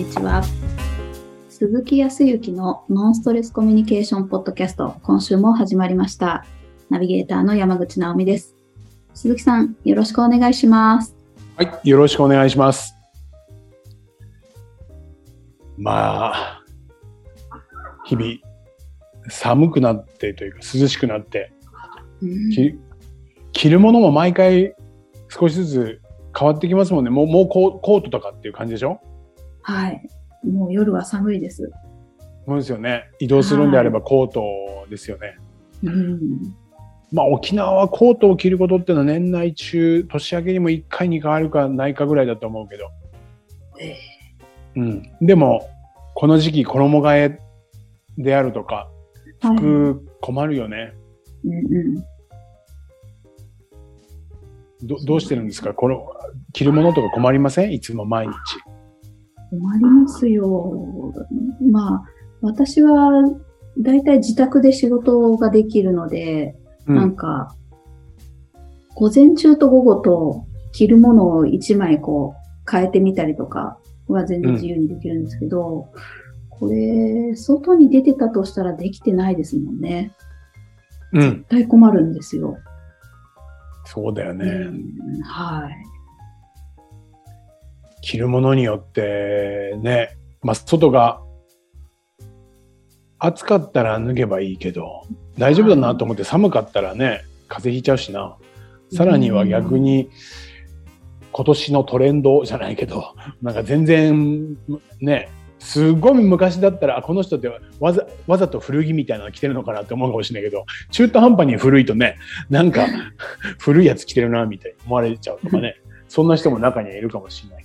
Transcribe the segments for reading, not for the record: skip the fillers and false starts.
にちは。鈴木康之のノンストレスコミュニケーションポッドキャスト、今週も始まりました。ナビゲーターの山口直美です。鈴木さん、よろしくお願いします。 はい、よろしくお願いします。まあ、日々寒くなってというか涼しくなって、着るものも毎回少しずつ変わってきますもんね。もうコートとかっていう感じでしょ？ はい。もう夜は寒いです。 そうですよね。移動するんであればコートですよね。まあ沖縄はコートを着ることってのは年内中、年明けにも1回2回あるかないかぐらいだと思うけど。でもこの時期衣替えであるとか服困るよね。どうしてるんですか？着るものとか困りません？いつも毎日。 困りますよ。まあ、私はだいたい自宅で仕事ができるので、なんか、午前中と午後と着るものを1枚変えてみたりとかは全然自由にできるんですけど、これ、外に出てたとしたらできてないですもんね。絶対困るんですよ。 そうだよね。 はい。 着るものによってね、まあ外が暑かったら脱げばいいけど、大丈夫だなと思って寒かったらね、風邪ひいちゃうしな。さらには逆に今年のトレンドじゃないけど、なんか全然ね、すごい昔だったらこの人ってわざと古着みたいなの着てるのかなって思うかもしれないけど、中途半端に古いとね、なんか古いやつ着てるなみたいに思われちゃうとかね、そんな人も中にはいるかもしれない。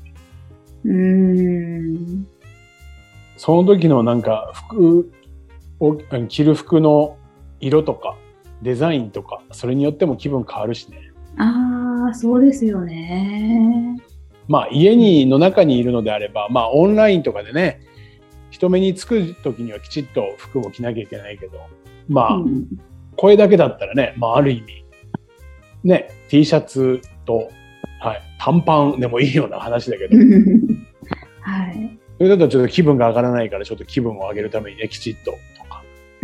その時のなんか服を着る服の色とかデザインとか、それによっても気分変わるしね。 ああ、そうですよね。 まあ家の中にいるのであれば、まあオンラインとかでね、人目につく時にはきちっと服を着なきゃいけないけど、まあ、これだけだったらね、まあある意味ね、T シャツと短パンでもいいような話だけど、 はい。 それだとちょっと気分が上がらないから、ちょっと気分を上げるためにね、きちっととか。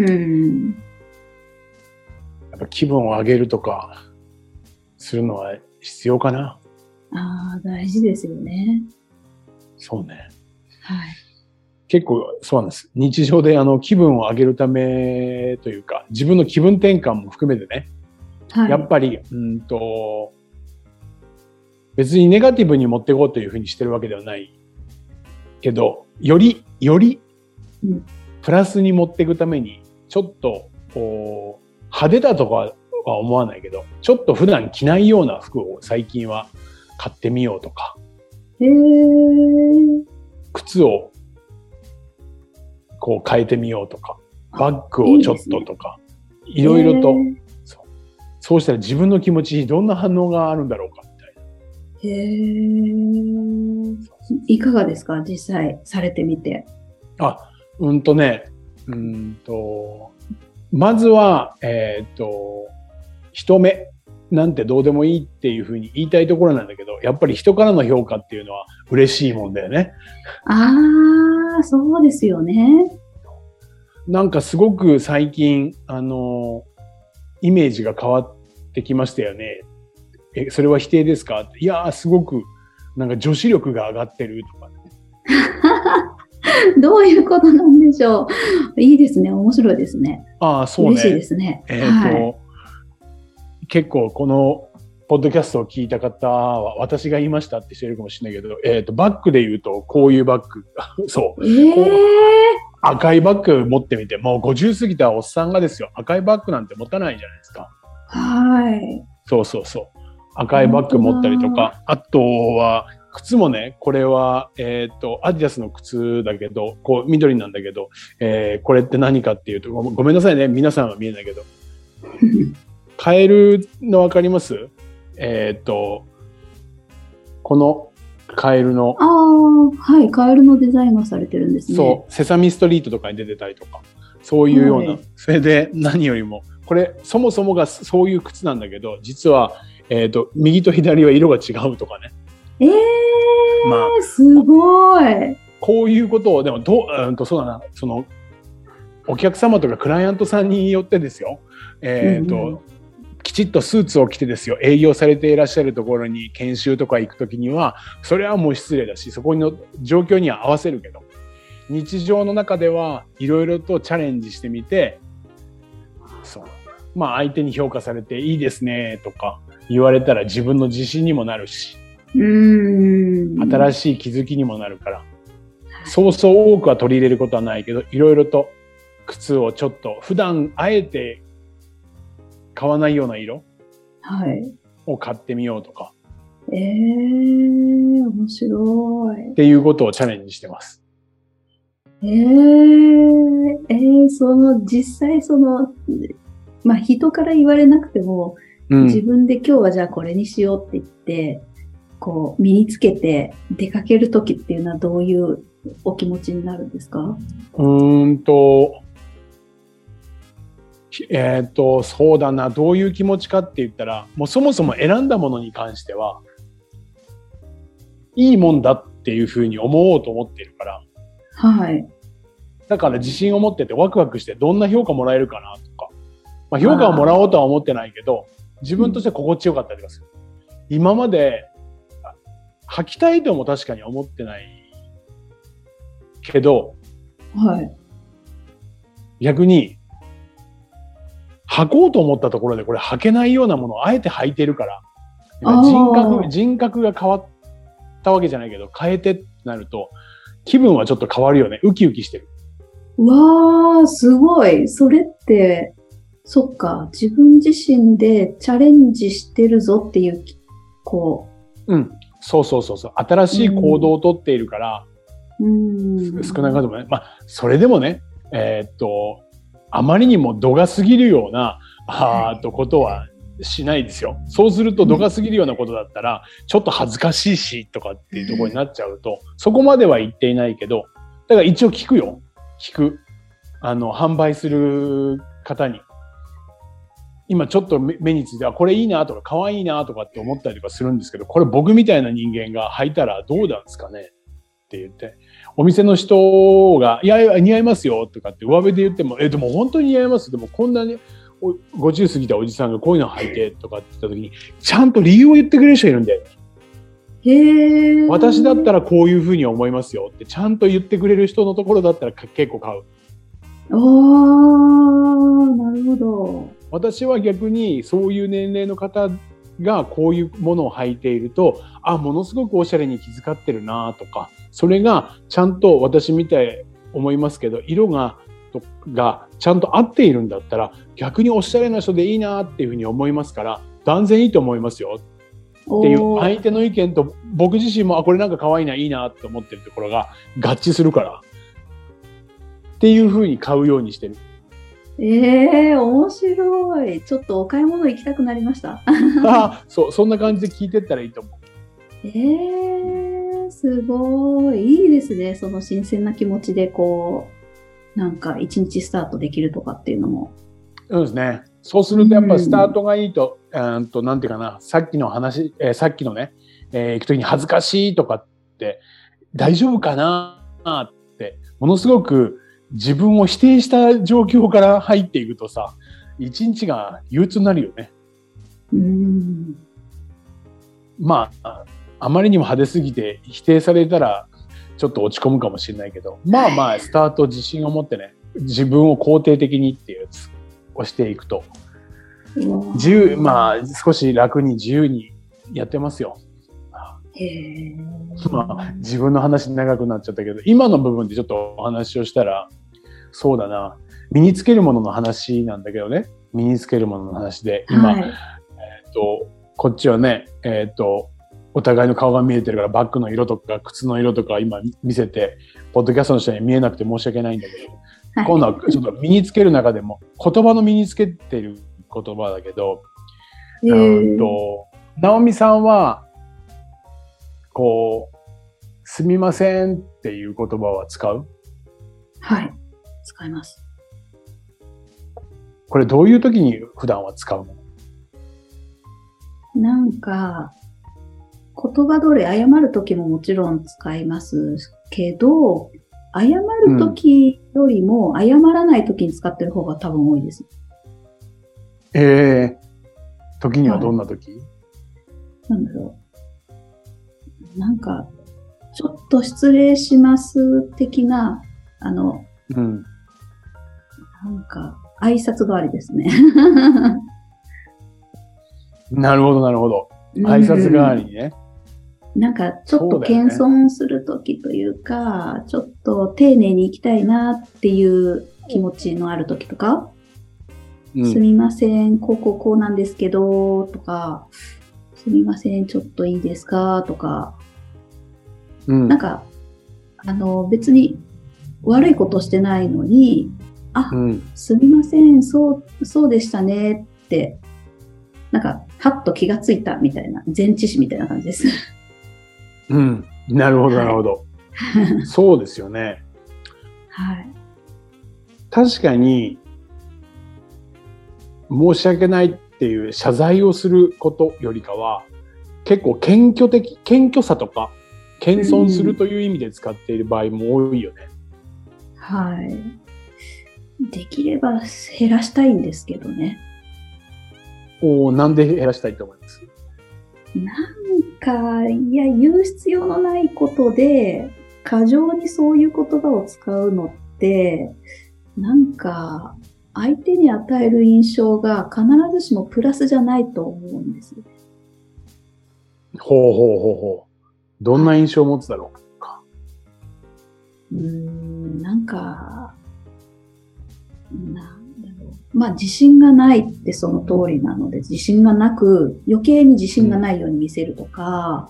やっぱ気分を上げるとかするのは必要かな。 ああ、大事ですよね。 そうね。 はい。 結構そうなんです。日常で気分を上げるためというか、自分の気分転換も含めてね、やっぱり別にネガティブに持っていこうというふうにしてるわけではないけど、よりプラスに持っていくために、ちょっと派手だとかは思わないけど、ちょっと普段着ないような服を最近は買ってみようとか、靴を変えてみようとか、バッグをちょっととか、いろいろと、そうしたら自分の気持ちにどんな反応があるんだろうかみたいな。 いかがですか、実際されてみて。 まずは人目なんてどうでもいいっていうふうに言いたいところなんだけど、やっぱり人からの評価っていうのは嬉しいもんだよね。 ああ、そうですよね。 なんかすごく最近イメージが変わってきましたよね。それは否定ですか？いやー、すごくなんか女子力が上がってるとか、ね。 どういうことなんでしょう。いいですね。面白いですね。 そうね。 嬉しいですね。 結構このポッドキャストを聞いた方は私が言いましたって人いるかもしれないけど、バッグで言うとこういうバッグそう、赤いバッグ持ってみて、もう50過ぎたおっさんがですよ、赤いバッグなんて持たないじゃないですか。そう赤いバッグ持ったりとか、あとは靴もね、これはアディダスの靴だけど、緑なんだけど、これって何かっていうと、ごめんなさいね、皆さんは見えないけどカエルのわかります？このカエルの、 カエルのデザインがされてるんですね。 そう、セサミストリートとかに出てたりとか、そういうような、それで何よりもこれそもそもがそういう靴なんだけど、実は右と左は色が違うとかね。 すごい。 こういうことを、でもそうだな、お客様とかクライアントさんによってですよ、きちっとスーツを着てですよ、営業されていらっしゃるところに研修とか行くときには、それはもう失礼だし、そこの状況には合わせるけど、日常の中ではいろいろとチャレンジしてみて、まあ相手に評価されていいですねとか言われたら自分の自信にもなるし、新しい気づきにもなるから、そうそう多くは取り入れることはないけど、いろいろと靴をちょっと普段あえて買わないような色を買ってみようとか、 面白いっていうことをチャレンジしてます。 実際まあ人から言われなくても、自分で今日はじゃあこれにしようって言って、こう身につけて出かけるときっていうのはどういうお気持ちになるんですか？ そうだな、どういう気持ちかって言ったら、もうそもそも選んだものに関しては、いいもんだっていうふうに思おうと思っているから。 はい。 だから自信を持っててワクワクしてどんな評価もらえるかなとか。まあ、評価をもらおうとは思ってないけど、自分として心地よかったりとかする。今まで、履きたいとも確かに思ってないけど、逆に、履こうと思ったところでこれ履けないようなものをあえて履いてるから、人格が変わったわけじゃないけど、変えてってなると、気分はちょっと変わるよね。ウキウキしてる。 うわー、すごい。それって、そっか、自分自身でチャレンジしてるぞっていう、 そう。新しい行動をとっているから、少なくともね、まあ、それでもね、あまりにも度が過ぎるような、ことはしないですよ。そうすると度が過ぎるようなことだったら、ちょっと恥ずかしいし、とかっていうところになっちゃうと、そこまでは言っていないけど、だから一応聞くよ。販売する方に。今ちょっと目について、これいいなとか、可愛いなとかって思ったりとかするんですけど、これ僕みたいな人間が履いたらどうなんですかねって言って、お店の人が、いや、似合いますよとかって上辺で言っても、でも本当に似合います。でもこんなに50過ぎたおじさんがこういうの履いてとかって言った時に、ちゃんと理由を言ってくれる人いるんだよ。私だったらこういうふうに思いますよってちゃんと言ってくれる人のところだったら結構買う。 なるほど。 私は逆にそういう年齢の方がこういうものを履いていると、ものすごくおしゃれに気遣ってるなとか、それがちゃんと私みたい思いますけど、色がちゃんと合っているんだったら逆におしゃれな人でいいなっていうふうに思いますから、断然いいと思いますよっていう相手の意見と僕自身もこれなんか可愛いな、いいなって思ってるところが合致するからっていうふうに買うようにしてる。 面白い。ちょっとお買い物行きたくなりました。 そんな感じで聞いてったらいいと思う。すごい。いいですね。その新鮮な気持ちでなんか一日スタートできるとかっていうのも。 そうですね。そうするとやっぱスタートがいいと、なんていうかな、さっきの話、さっきのね、行くときに恥ずかしいとかって大丈夫かなって、ものすごく自分を否定した状況から入っていくとさ、一日が憂鬱になるよね。まあ、あまりにも派手すぎて否定されたらちょっと落ち込むかもしれないけど、まあスタート自信を持ってね、自分を肯定的にっていうやつをしていくと、少し楽に自由にやってますよ。自分の話長くなっちゃったけど、今の部分でちょっとお話をしたら、そうだな、身につけるものの話なんだけどね、身につけるものの話で、今、こっちはね、お互いの顔が見えてるから、バッグの色とか靴の色とか今見せて、ポッドキャストの人に見えなくて申し訳ないんだけど、今度はちょっと身につける中でも、言葉の身につけてる言葉だけど、直美さんは、すみませんっていう言葉は使う？ はい、使います。 これどういう時に普段は使うの？ なんか、言葉通り謝る時ももちろん使いますけど、謝るときよりも謝らないときに使ってる方が多分多いです。 時にはどんな時？ なんだろう。なんか、ちょっと失礼します的な、なんか、挨拶代わりですね。 なるほど、なるほど。挨拶代わりにね。 なんか、ちょっと謙遜するときというか、ちょっと丁寧に行きたいなっていう気持ちのあるときとか、すみません、こうなんですけど、とか、すみません、ちょっといいですか、とか、なんか、別に悪いことしてないのに、すみません、そうでしたねって、なんか、はっと気がついたみたいな、前置詞みたいな感じです。 なるほど、なるほど。そうですよね。 はい。 確かに、申し訳ないっていう謝罪をすることよりかは、結構謙虚さとか、謙遜するという意味で使っている場合も多いよね。 はい。できれば減らしたいんですけどね。 なんで減らしたいと思います？ なんか、いや、言う必要のないことで、過剰にそういう言葉を使うのって、なんか、相手に与える印象が必ずしもプラスじゃないと思うんですよ。 ほう。どんな印象を持つだろうか。 なんか、なんだろう。まあ、自信がないってその通りなので、自信がなく、余計に自信がないように見せるとか、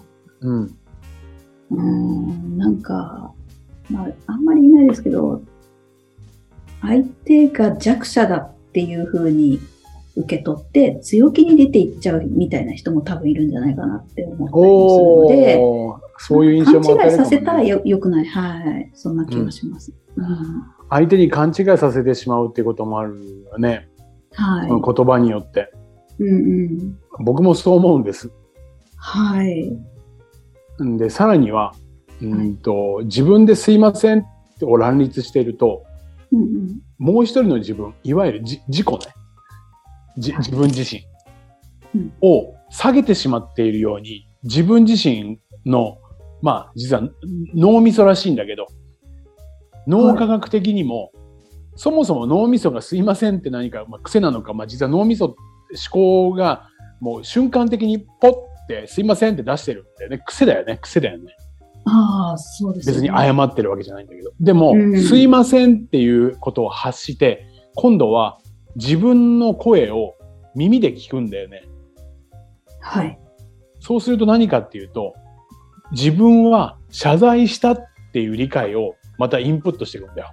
なんか、まあ、あんまりいないですけど、相手が弱者だっていう風に受け取って強気に出ていっちゃうみたいな人も多分いるんじゃないかなって思ったりするので、 そういう印象も与えるかもね。 勘違いさせたらよくない。はい。そんな気がします。 相手に勘違いさせてしまうっていうこともあるよね。 はい。 その言葉によって。僕もそう思うんです。 はい。 で、さらには、自分ですいませんを乱立していると、もう一人の自分、いわゆる自己ね。自分自身を下げてしまっているように、自分自身の、まあ、実は脳みそらしいんだけど、脳科学的にも、そもそも脳みそがすいませんって何か、癖なのか、実は脳みそ、思考がもう瞬間的にポッてすいませんって出してるんだよね。癖だよね。 そうですね。 別に謝ってるわけじゃないんだけど。でも、すいませんっていうことを発して、今度は自分の声を耳で聞くんだよね。 はい。 そうすると何かっていうと、自分は謝罪したっていう理解をまたインプットしていくんだよ。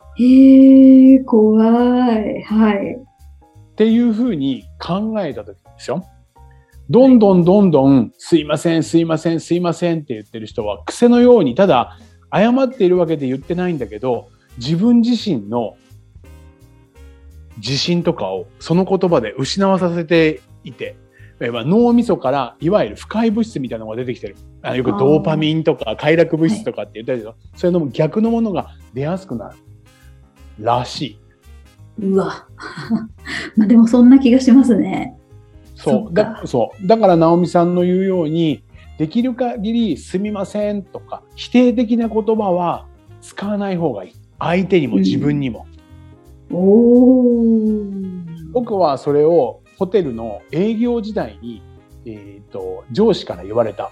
怖い。はい。 っていうふうに考えたときですよ。どんどんすいませんって言ってる人は癖のように、ただ謝っているわけで言ってないんだけど、自分自身の自信とかをその言葉で失わさせていて、脳みそからいわゆる不快物質みたいなのが出てきてる。よくドーパミンとか快楽物質とかって言ったりとか、そういうのも逆のものが出やすくなるらしい。 うわ。でもそんな気がしますね。 だから直美さんの言うように、できる限りすみませんとか否定的な言葉は使わない方がいい。相手にも自分にも。僕はそれをホテルの営業時代に、上司から言われた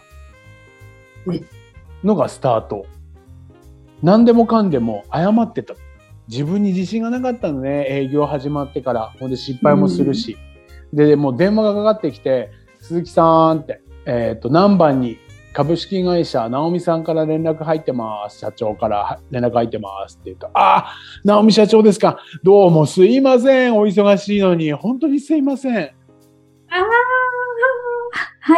のがスタート。何でもかんでも謝ってた。自分に自信がなかったのね、営業始まってから。ほんで失敗もするし。で、もう電話がかかってきて、鈴木さんって、何番に株式会社直美さんから連絡入ってます。社長から連絡入ってますって言うと、直美社長ですか。どうもすいません。お忙しいのに。本当にすいません。 はい。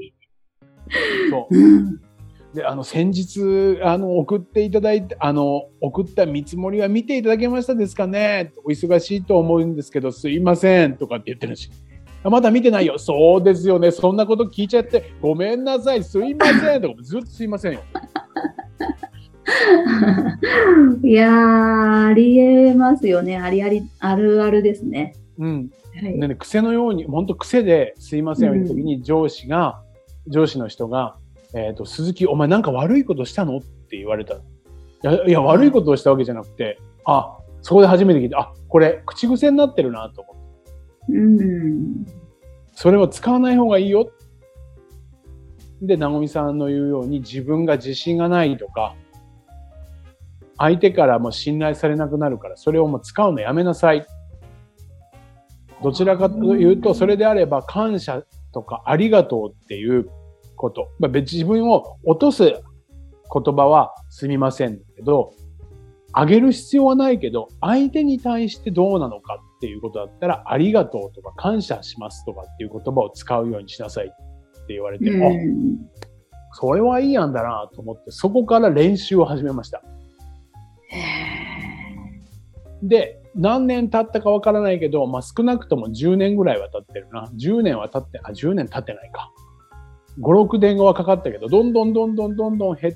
そう。で、先日、送っていただいて、送った見積もりは見ていただけましたですかね。お忙しいと思うんですけど、すいません。とかって言ってるし。まだ見てないよ。そうですよね。そんなこと聞いちゃって、ごめんなさい。すいません。とかずっとすいませんよ。 いやー、ありえますよね。あるあるですね。 うん。 はい。 でね、癖のように、本当癖ですいませんを言った時に上司の人が、鈴木、お前なんか悪いことしたのって言われた。いや、悪いことをしたわけじゃなくて、そこで初めて聞いて、これ、口癖になってるなと思って。それは使わない方がいいよ。で、なごみさんの言うように、自分が自信がないとか、相手からも信頼されなくなるから、それをもう使うのやめなさい。どちらかというと、それであれば感謝とかありがとうっていうこと。自分を落とす言葉はすみませんけど、あげる必要はないけど、相手に対してどうなのかっていうことだったら、ありがとうとか感謝しますとかっていう言葉を使うようにしなさいって言われて、それはいい案だなと思って、そこから練習を始めました。で、何年経ったかわからないけど、少なくとも10年ぐらいは経ってるな。10年は経って、10年経ってないか。5、6年後はかかったけど、どんどん減って、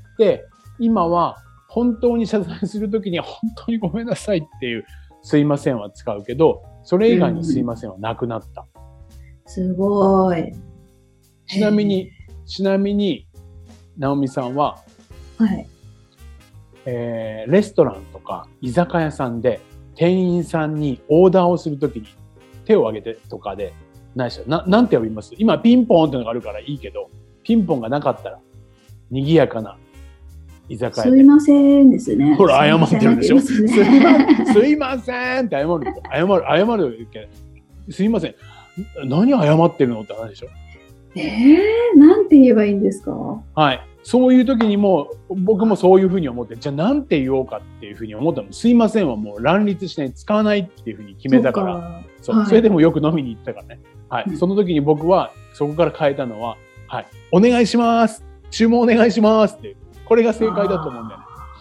今は本当に謝罪するときに本当にごめんなさいっていうすいませんは使うけど、それ以外のすいませんはなくなった。 すごい。 ちなみに、なおみさんは、 はい。 レストランとか居酒屋さんで店員さんにオーダーをするときに手を挙げてとかでないしょ。なんて呼びます？今ピンポンってのがあるからいいけど、ピンポンがなかったら賑やかな居酒屋で。 すいませんですね。 ほら謝ってるでしょ。すいませんって謝るけど、すいません。何謝ってるのって話でしょ。 なんて言えばいいんですか？ はい。そういう時にも、僕もそういうふうに思って、じゃあなんて言おうかっていうふうに思ったの。すいませんはもう乱立しない、使わないっていうふうに決めたから。それでもよく飲みに行ったからね。はい。その時に僕は、そこから変えたのは、はい。お願いします。注文お願いしますって。これが正解だと思うんだ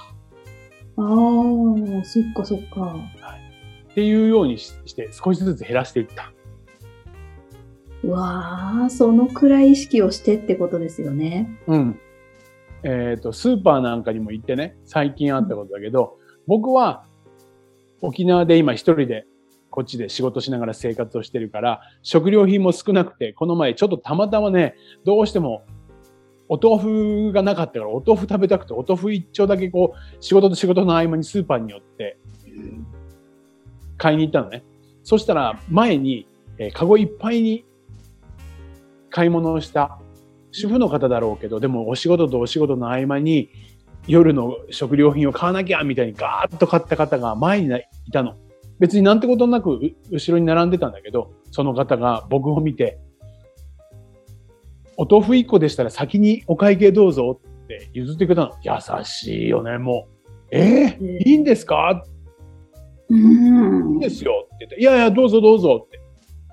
よね。 そっかそっか。はい。 っていうようにして少しずつ減らしていった。 そのくらい意識をしてってことですよね。 うん。スーパーなんかにも行ってね、最近あったことだけど、僕は沖縄で今一人でこっちで仕事しながら生活をしてるから、食料品も少なくて、この前ちょっとたまたまね、どうしてもお豆腐がなかったから、お豆腐食べたくて、お豆腐一丁だけこう、仕事と仕事の合間にスーパーに寄って買いに行ったのね。そしたら前に、カゴいっぱいに買い物をした主婦の方だろうけど、でもお仕事とお仕事の合間に夜の食料品を買わなきゃみたいにガーッと買った方が前にいたの。別になんてことなく後ろに並んでたんだけど、その方が僕を見て、お豆腐1個でしたら先にお会計どうぞって譲ってくれたの。優しいよね、もう。いいんですか？いいですよって言って、いやいや、どうぞどうぞって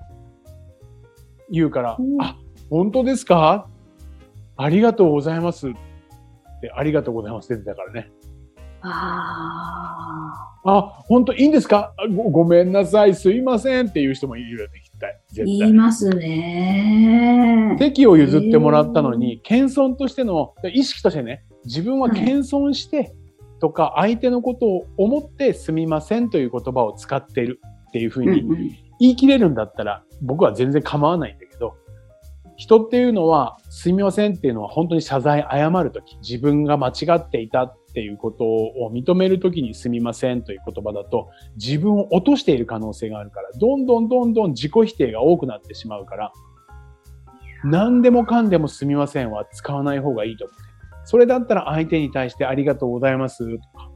言うから、本当ですか？ありがとうございますって、ありがとうございますって出てたからね。本当いいんですか？ごめんなさい、すいませんっていう人もいるよね、絶対。 言いますね。 席を譲ってもらったのに、謙遜としての、意識としてね、自分は謙遜してとか、相手のことを思ってすみませんという言葉を使っているっていうふうに言い切れるんだったら、僕は全然構わないんだけど、人っていうのは、すみませんっていうのは本当に謝罪、謝るとき、自分が間違っていたっていうことを認めるときにすみませんという言葉だと、自分を落としている可能性があるから、どんどん自己否定が多くなってしまうから、何でもかんでもすみませんは使わない方がいいと思う。それだったら相手に対してありがとうございますとか。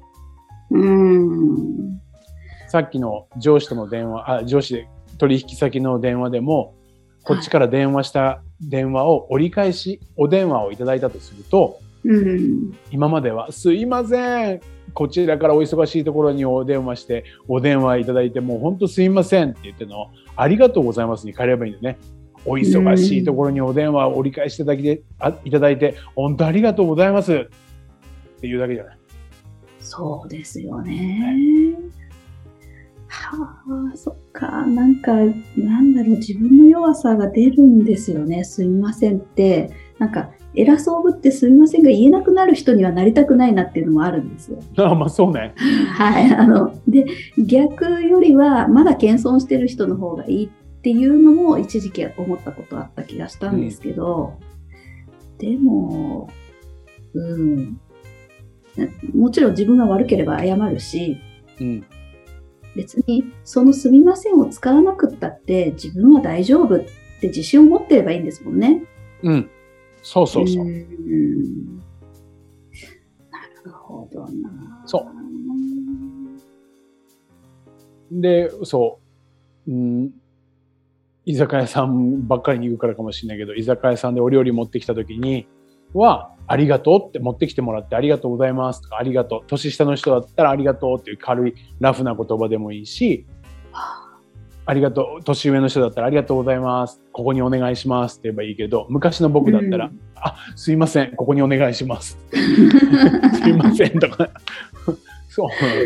さっきの上司との上司で取引先の電話でも、こっちから電話した電話を折り返しお電話をいただいたとすると、今まではすいません、こちらからお忙しいところにお電話してお電話いただいてもう本当すいませんって言ってのありがとうございますに変えればいいんだよね。お忙しいところにお電話を折り返していただいて本当ありがとうございますっていうだけじゃない。 そうですよね。そっか。なんだろう、自分の弱さが出るんですよね。すいませんって。 なんか偉そうぶってすみませんが言えなくなる人にはなりたくないなっていうのもあるんですよ。 ああ、まあそうね。 はい。で、逆よりはまだ謙遜してる人の方がいいっていうのも一時期思ったことあった気がしたんですけど、でも、もちろん自分が悪ければ謝るし、別にそのすみませんを使わなくったって自分は大丈夫って自信を持ってればいいんですもんね。 そうそうそう。 なるほどな。 そう。で、居酒屋さんばっかりに行くからかもしれないけど、居酒屋さんでお料理持ってきた時には、ありがとうって持ってきてもらってありがとうございますとか、ありがとう。年下の人だったらありがとうっていう軽いラフな言葉でもいいし、ありがとう。年上の人だったらありがとうございます。ここにお願いしますって言えばいいけど、昔の僕だったら、すいません。ここにお願いします。すいませんとか。そう。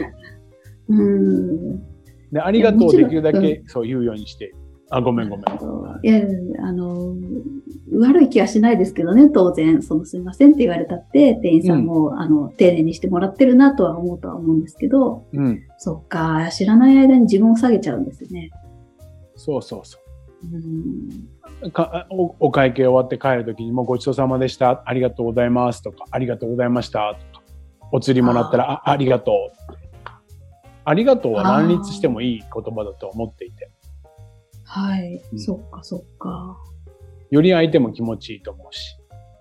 で、ありがとうできるだけそう言うようにして。ごめん。いや、悪い気はしないですけどね、当然。すいませんって言われたって、店員さんも、丁寧にしてもらってるなとは思うんですけど、そっか、知らない間に自分を下げちゃうんですよね。 そう。お会計終わって帰るときにもごちそうさまでした。ありがとうございますとか、ありがとうございましたとか、お釣りもらったら、ありがとう。ありがとうは乱立してもいい言葉だと思っていて。 はい。そっか。 より相手も気持ちいいと思うし。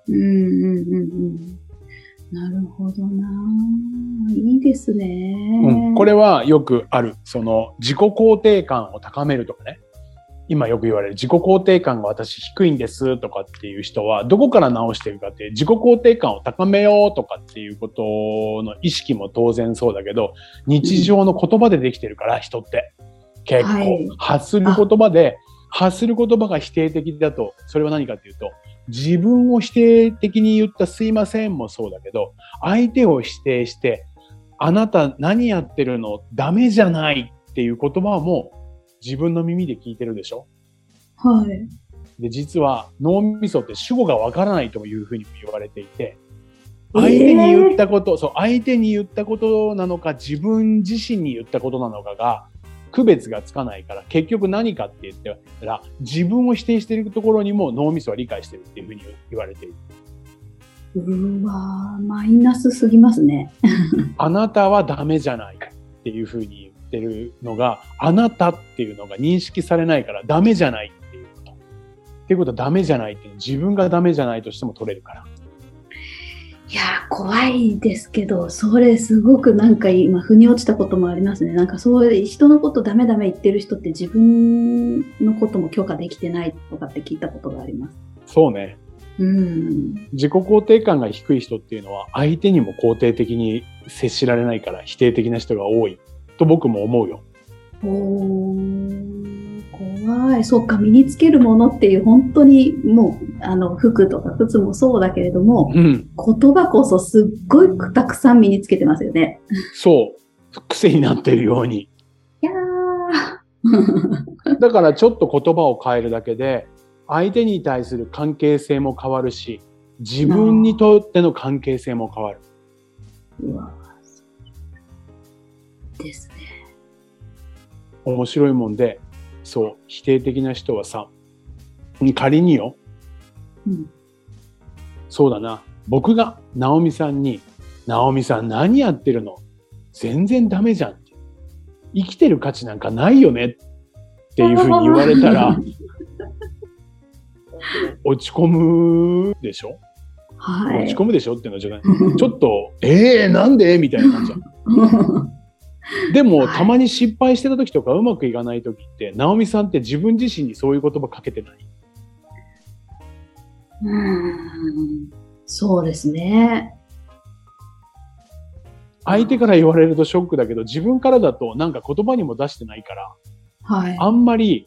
なるほどな。いいですね。 これはよくある。自己肯定感を高めるとかね。今よく言われる自己肯定感が私低いんですとかっていう人はどこから直してるかって自己肯定感を高めようとかっていうことの意識も当然そうだけど、日常の言葉でできてるから人って結構発する言葉が否定的だと、それは何かっていうと、自分を否定的に言ったすいませんもそうだけど、相手を否定してあなた何やってるのダメじゃないっていう言葉も自分の耳で聞いてるでしょ。 はい。 で、実は脳みそって主語がわからないというふうにも言われていて、相手に言ったこと、相手に言ったことなのか自分自身に言ったことなのかが区別がつかないから、結局何かって言ったら自分を否定しているところにも脳みそは理解しているっていうふうに言われている。 マイナスすぎますね。 あなたはダメじゃないっていうふうに言ってるのが、あなたっていうのが認識されないからダメじゃないっていうこと。っていうことはダメじゃないっていうのは自分がダメじゃないとしても取れるから。 いやー、怖いですけど、それすごくなんか今腑に落ちたこともありますね。なんかそういう人のことダメ言ってる人って自分のことも許可できてないとかって聞いたことがあります。 そうね。自己肯定感が低い人っていうのは相手にも肯定的に接しられないから否定的な人が多いと僕も思うよ。 怖い。そうか、身につけるものっていう本当にもう服とか靴もそうだけれども、言葉こそすっごいたくさん身につけてますよね。 そう。癖になっているように。 いやだからちょっと言葉を変えるだけで相手に対する関係性も変わるし、自分にとっての関係性も変わる。 ですね。 面白いもんで、否定的な人はさ、仮によ、そうだな、僕が直美さんに、直美さん何やってるの？全然ダメじゃんって。生きてる価値なんかないよねっていうふうに言われたら、落ち込むでしょ？はい。落ち込むでしょっていうのじゃない。ちょっと、なんでみたいな感じじゃん。でも、たまに失敗してた時とかうまくいかない時って、直美さんって自分自身にそういう言葉かけてない？ そうですね。 相手から言われるとショックだけど、自分からだとなんか言葉にも出してないから、あんまり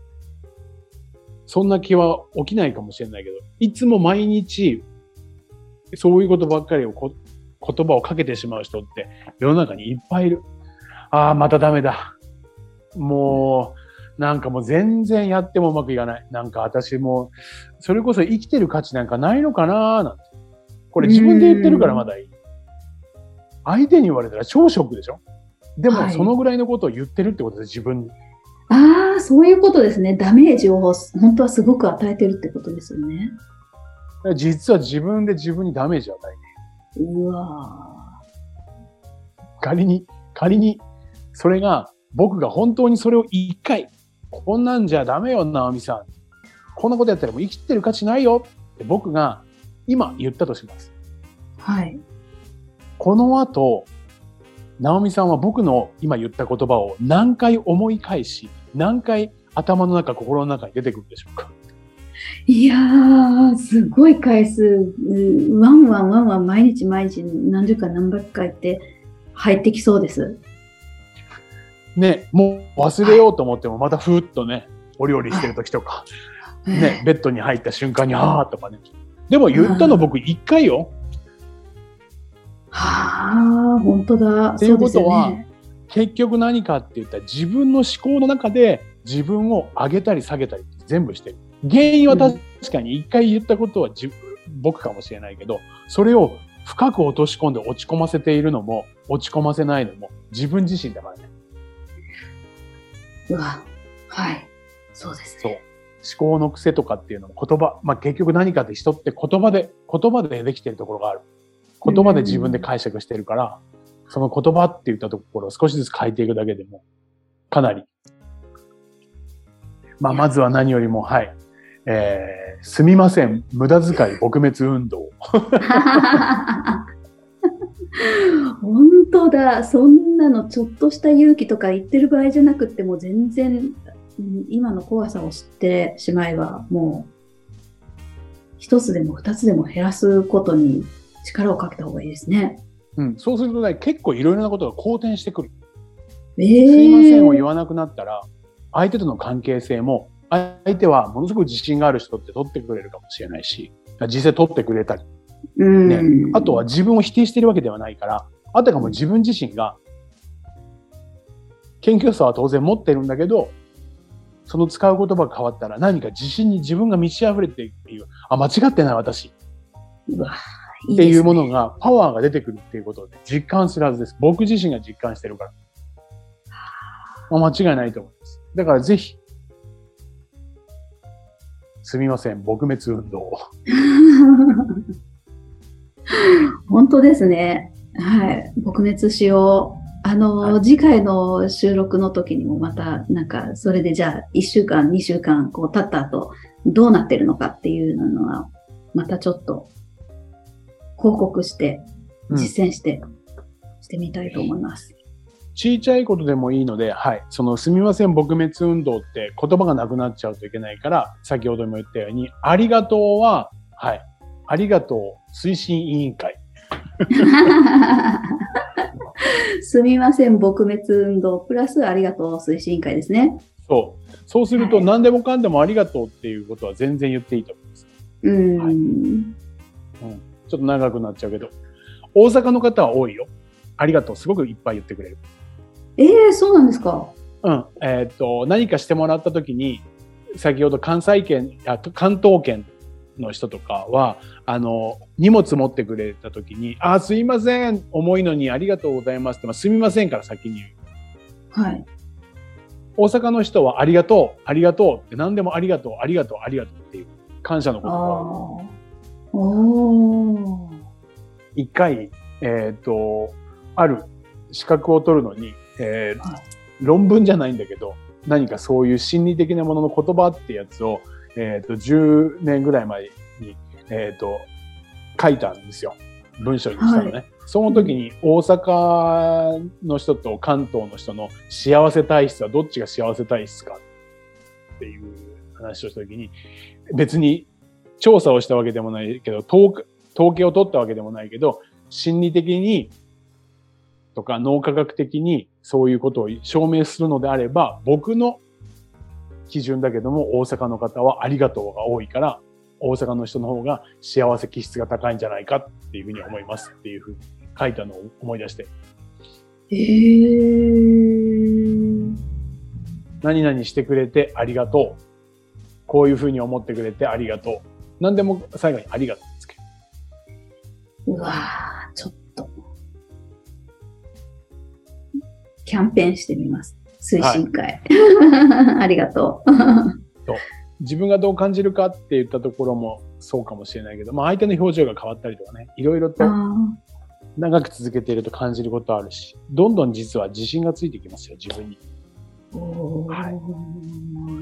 そんな気は起きないかもしれないけど、いつも毎日そういうことばっかりを言葉をかけてしまう人って世の中にいっぱいいる。またダメだ。もうなんかもう全然やってもうまくいかない。なんか私も、それこそ生きてる価値なんかないのかなーなんて。これ自分で言ってるからまだいい。相手に言われたら超ショックでしょ。でもそのぐらいのことを言ってるってことで自分に。 ああ、そういうことですね。ダメージを本当はすごく与えてるってことですよね。 実は自分で自分にダメージを与えている。 うわ仮に、それが、僕が本当にそれを一回、こんなんじゃダメよ、直美さん。こんなことやったらもう生きてる価値ないよって僕が今言ったとします。 はい。 この後、直美さんは僕の今言った言葉を何回思い返し、何回頭の中、心の中に出てくるでしょうか。 いやー、すごい回数、ワンワン毎日何十回何百回って入ってきそうです。 ね、もう忘れようと思ってもまたふーっとね、お料理してる時とか、ね、ベッドに入った瞬間にあーとかね。でも言ったの僕一回よ。 はあ、本当だ。 っていうことは、結局何かって言ったら自分の思考の中で自分を上げたり下げたり全部してる。原因は確かに一回言ったことは僕かもしれないけど、それを深く落とし込んで落ち込ませているのも落ち込ませないのも自分自身だからね。 うわ、はい。そうですね。 そう。思考の癖とかっていうのも言葉、結局何かって人って言葉でできてるところがある。言葉で自分で解釈してるから、その言葉って言ったところを少しずつ変えていくだけでも、かなり。まずは何よりも、はい。すみません。無駄遣い撲滅運動。 本当だ。そんなのちょっとした勇気とか言ってる場合じゃなくても全然今の怖さを知ってしまえばもう一つでも二つでも減らすことに力をかけた方がいいですね。 うん、そうするとね、結構いろいろなことが好転してくる。すいませんを言わなくなったら、相手との関係性も、相手はものすごく自信がある人って取ってくれるかもしれないし、実際取ってくれたり、ね。あとは自分を否定しているわけではないから、あたかも自分自身が、謙虚さは当然持ってるんだけど、その使う言葉が変わったら何か自信に自分が満ち溢れてっていう、間違ってない私。 うわっていうものが、パワーが出てくるっていうことで実感するはずです。僕自身が実感してるから。間違いないと思います。だからぜひ、すみません、撲滅運動。 本当ですね。はい。撲滅しよう。次回の収録の時にもまた、それでじゃあ、1週間、2週間、経った後、どうなってるのかっていうのは、またちょっと、報告して、実践して、してみたいと思います。 小さいことでもいいので、はい。そのすみません撲滅運動って言葉がなくなっちゃうといけないから、先ほども言ったように、ありがとうは、はい。ありがとう推進委員会。 すみません撲滅運動プラスありがとう推進委員会ですね。そう。 そうすると何でもかんでもありがとうっていうことは全然言っていいと思います。はいちょっと長くなっちゃうけど、大阪の方は多いよ。ありがとうすごくいっぱい言ってくれる。 そうなんですか。 何かしてもらった時に、先ほど関東圏の人とかは、荷物持ってくれた時に、すいません、重いのにありがとうございますって、すみませんから先に言う。 はい。 大阪の人はありがとう、ありがとうって何でもありがとう、ありがとう、ありがとうっていう感謝の言葉を。一回、ある資格を取るのに、論文じゃないんだけど、何かそういう心理的なものの言葉ってやつを、10年ぐらい前に、書いたんですよ。文章にしたのね。その時に大阪の人と関東の人の幸せ体質はどっちが幸せ体質かっていう話をした時に、別に調査をしたわけでもないけど、統計を取ったわけでもないけど、心理的にとか脳科学的にそういうことを証明するのであれば、僕の基準だけども大阪の方はありがとうが多いから、大阪の人の方が幸せ気質が高いんじゃないかっていうふうに思いますっていうふうに書いたのを思い出して。 何々してくれてありがとう。こういうふうに思ってくれてありがとう。何でも最後にありがとうつける。 うわー、ちょっと。キャンペーンしてみます。推進会。ありがとう。 自分がどう感じるかって言ったところもそうかもしれないけど、相手の表情が変わったりとかね、いろいろと長く続けていると感じることあるし、どんどん実は自信がついてきますよ、自分に。 はい、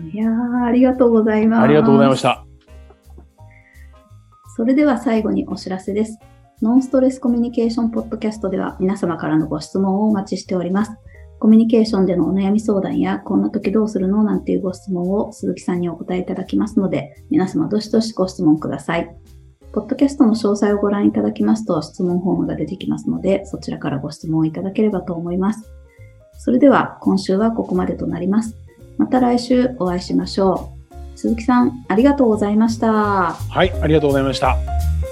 いやー、ありがとうございます。 ありがとうございました。 それでは最後にお知らせです。ノンストレスコミュニケーションポッドキャストでは皆様からのご質問をお待ちしております。コミュニケーションでのお悩み相談や、こんな時どうするのなんていうご質問を鈴木さんにお答えいただきますので、皆様どしどしご質問ください。ポッドキャストの詳細をご覧いただきますと、質問フォームが出てきますので、そちらからご質問をいただければと思います。それでは、今週はここまでとなります。また来週お会いしましょう。鈴木さん、ありがとうございました。 はい、ありがとうございました。